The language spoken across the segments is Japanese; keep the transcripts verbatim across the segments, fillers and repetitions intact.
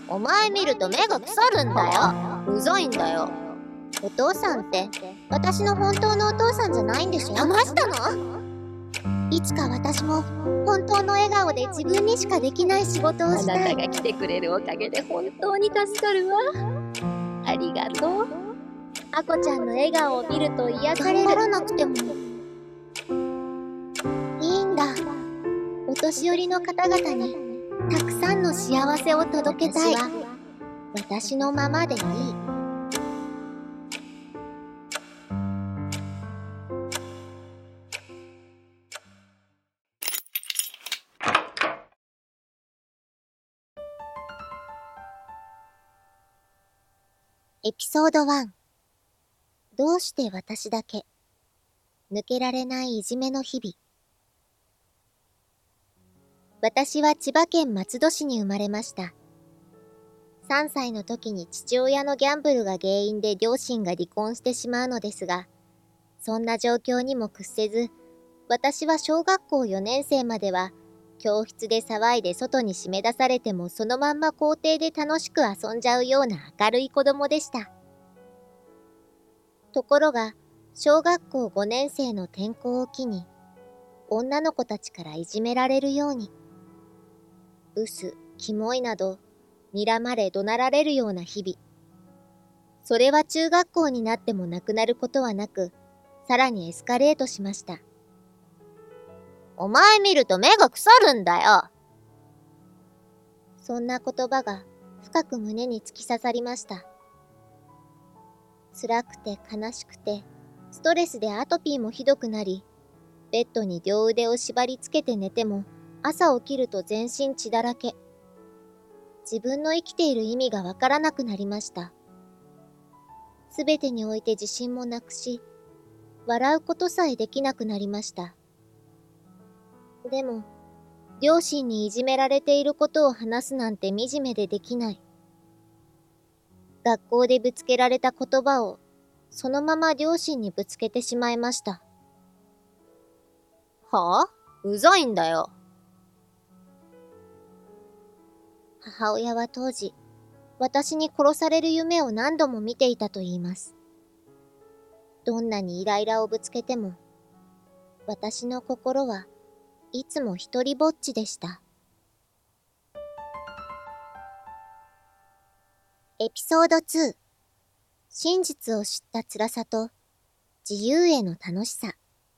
お前見ると目が腐るんだよ。うざいんだよ。お父さんって私の本当のお父さんじゃないんでしょ？騙したの？いつか私も本当の笑顔で自分にしかできない仕事をしたい。 あなたが来てくれるおかげで本当に助かるわ。ありがとう。 あこちゃんの笑顔を見ると癒される。頑張らなくてもいいんだ。お年寄りの方々にたくさんの幸せを届けたい。私は私のままでいい。エピソードワン。どうして私だけ抜けられないいじめの日々。私は千葉県松戸市に生まれました。さんさいの時に父親のギャンブルが原因で両親が離婚してしまうのですが、そんな状況にも屈せず、私は小学校よねん生までは教室で騒いで外に締め出されてもそのまんま校庭で楽しく遊んじゃうような明るい子供でした。ところが、小学校ごねん生の転校を機に、女の子たちからいじめられるように。ブス、キモいなど、睨まれ怒鳴られるような日々。それは中学校になってもなくなることはなく、さらにエスカレートしました。お前見ると目が腐るんだよ。そんな言葉が深く胸に突き刺さりました。辛くて悲しくて、ストレスでアトピーもひどくなり、ベッドに両腕を縛り付けて寝ても、朝起きると全身血だらけ。自分の生きている意味がわからなくなりました。すべてにおいて自信もなくし、笑うことさえできなくなりました。でも、両親にいじめられていることを話すなんて惨めでできない。学校でぶつけられた言葉を、そのまま両親にぶつけてしまいました。はぁ？うざいんだよ。母親は当時、私に殺される夢を何度も見ていたと言います。どんなにイライラをぶつけても、私の心はいつも一りぼっちでした。エピソードツー。真実を知った辛さと自由への楽しさ。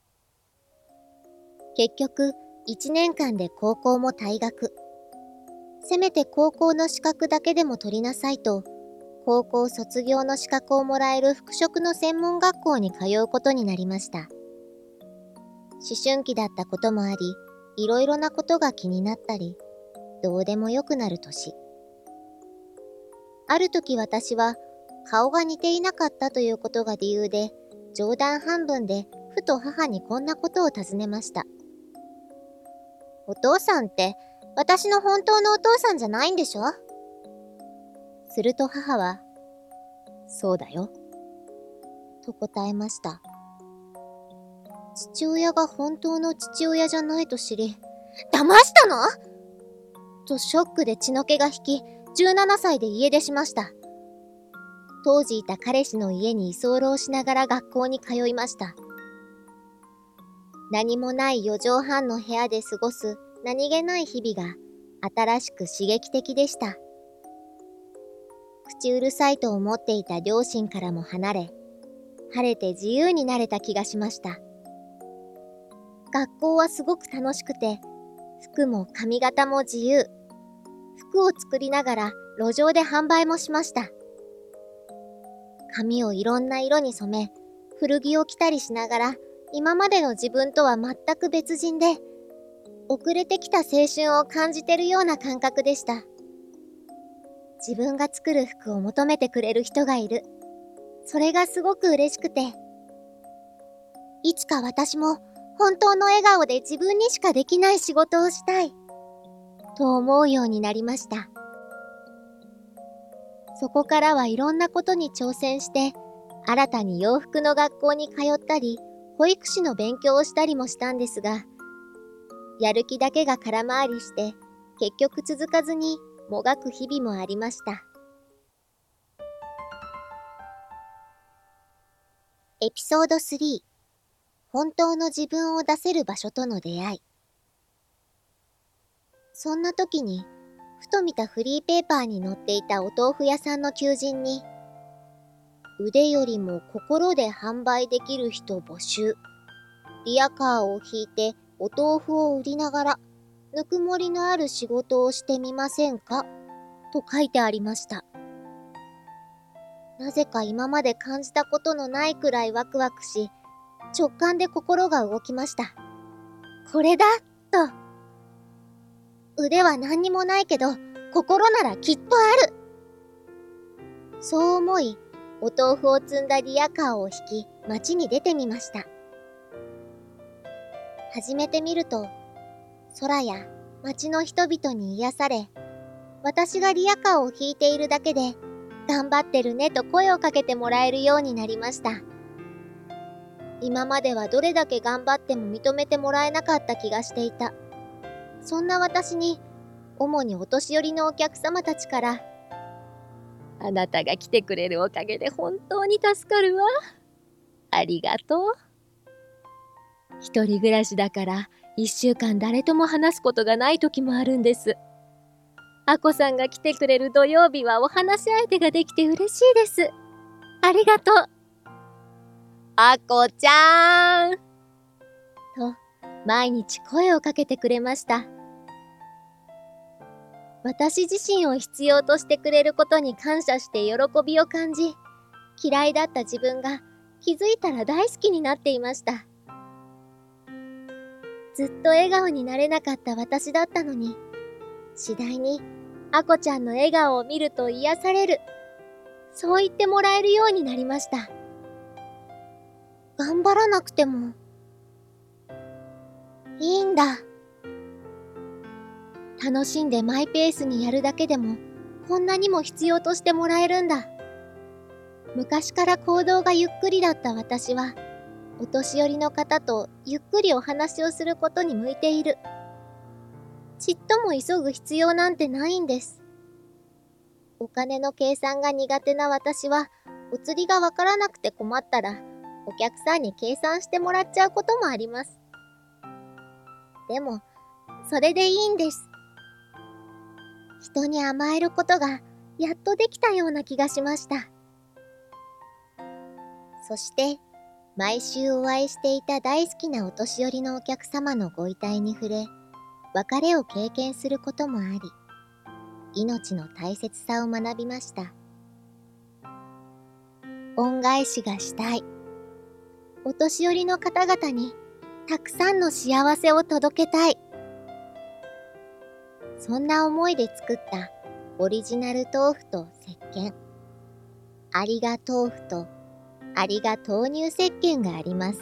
結局、一年間で高校も退学。せめて高校の資格だけでも取りなさいと、高校卒業の資格をもらえる服飾の専門学校に通うことになりました。思春期だったこともあり、いろいろなことが気になったり、どうでもよくなる年。ある時私は顔が似ていなかったということが理由で、冗談半分でふと母にこんなことを尋ねました。お父さんって私の本当のお父さんじゃないんでしょ？すると母は、そうだよ、と答えました。父親が本当の父親じゃないと知り、騙したの？とショックで血の気が引き、じゅうななさいで家出しました。当時いた彼氏の家に居候しながら学校に通いました。何もないよじはんの部屋で過ごす何気ない日々が新しく刺激的でした。口うるさいと思っていた両親からも離れ、晴れて自由になれた気がしました。学校はすごく楽しくて、服も髪型も自由。服を作りながら路上で販売もしました。髪をいろんな色に染め、古着を着たりしながら、今までの自分とは全く別人で、遅れてきた青春を感じてるような感覚でした。自分が作る服を求めてくれる人がいる。それがすごく嬉しくて、いつか私も本当の笑顔で自分にしかできない仕事をしたい、と思うようになりました。そこからはいろんなことに挑戦して、新たに洋服の学校に通ったり、保育士の勉強をしたりもしたんですが、やる気だけが空回りして、結局続かずにもがく日々もありました。エピソードスリー、本当の自分を出せる場所との出会い。そんな時に、ふと見たフリーペーパーに載っていたお豆腐屋さんの求人に、腕よりも心で販売できる人募集。リアカーを引いてお豆腐を売りながら、ぬくもりのある仕事をしてみませんかと書いてありました。なぜか今まで感じたことのないくらいワクワクし、直感で心が動きました。これだと。腕は何にもないけど、心ならきっとある。そう思い、お豆腐を積んだリアカーを引き、街に出てみました。始めてみると、空や街の人々に癒され、私がリアカーを引いているだけで、頑張ってるねと声をかけてもらえるようになりました。今まではどれだけ頑張っても認めてもらえなかった気がしていた。そんな私に、主にお年寄りのお客様たちから、 あなたが来てくれるおかげで本当に助かるわ。ありがとう。一人暮らしだから一週間誰とも話すことがない時もあるんです。あこさんが来てくれる土曜日はお話し相手ができて嬉しいです。ありがとう。あこちゃーん。と、毎日声をかけてくれました。私自身を必要としてくれることに感謝して喜びを感じ、嫌いだった自分が気づいたら大好きになっていました。ずっと笑顔になれなかった私だったのに、次第にあこちゃんの笑顔を見ると癒される。そう言ってもらえるようになりました。頑張らなくてもいいんだ。楽しんでマイペースにやるだけでもこんなにも必要としてもらえるんだ。昔から行動がゆっくりだった私は、お年寄りの方とゆっくりお話をすることに向いている。ちっとも急ぐ必要なんてないんです。お金の計算が苦手な私は、お釣りがわからなくて困ったら、お客さんに計算してもらっちゃうこともあります。でも、それでいいんです。人に甘えることがやっとできたような気がしました。そして、毎週お会いしていた大好きなお年寄りのお客様のご遺体に触れ、別れを経験することもあり、命の大切さを学びました。恩返しがしたい。お年寄りの方々にたくさんの幸せを届けたい。そんな思いで作ったオリジナル豆腐と石鹸。ありが豆腐とありが豆乳石鹸があります。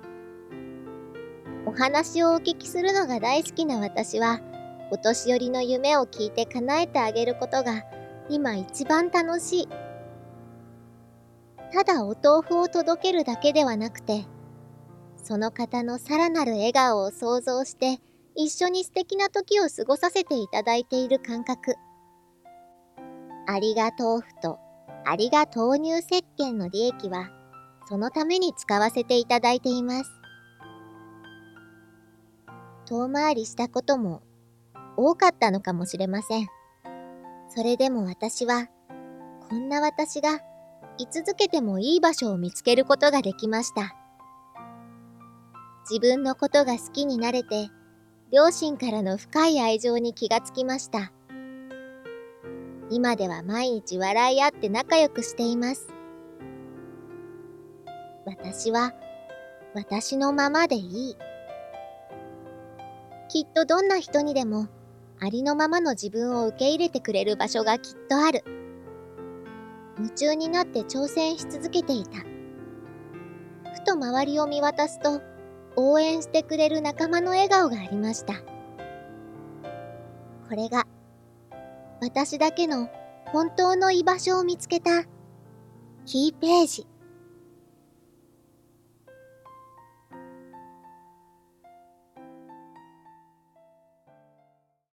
お話をお聞きするのが大好きな私は、お年寄りの夢を聞いて叶えてあげることが今一番楽しい。ただお豆腐を届けるだけではなくて、その方のさらなる笑顔を想像して一緒に素敵な時を過ごさせていただいている感覚。ありが豆腐とありが豆乳石鹸の利益はそのために使わせていただいています。遠回りしたことも多かったのかもしれません。それでも私は、こんな私が居続けてもいい場所を見つけることができました。自分のことが好きになれて、両親からの深い愛情に気がつきました。今では毎日笑い合って仲良くしています。私は私のままでいい。きっとどんな人にでもありのままの自分を受け入れてくれる場所がきっとある。夢中になって挑戦し続けていた。ふと周りを見渡すと応援してくれる仲間の笑顔がありました。これが私だけの本当の居場所を見つけたキーページ。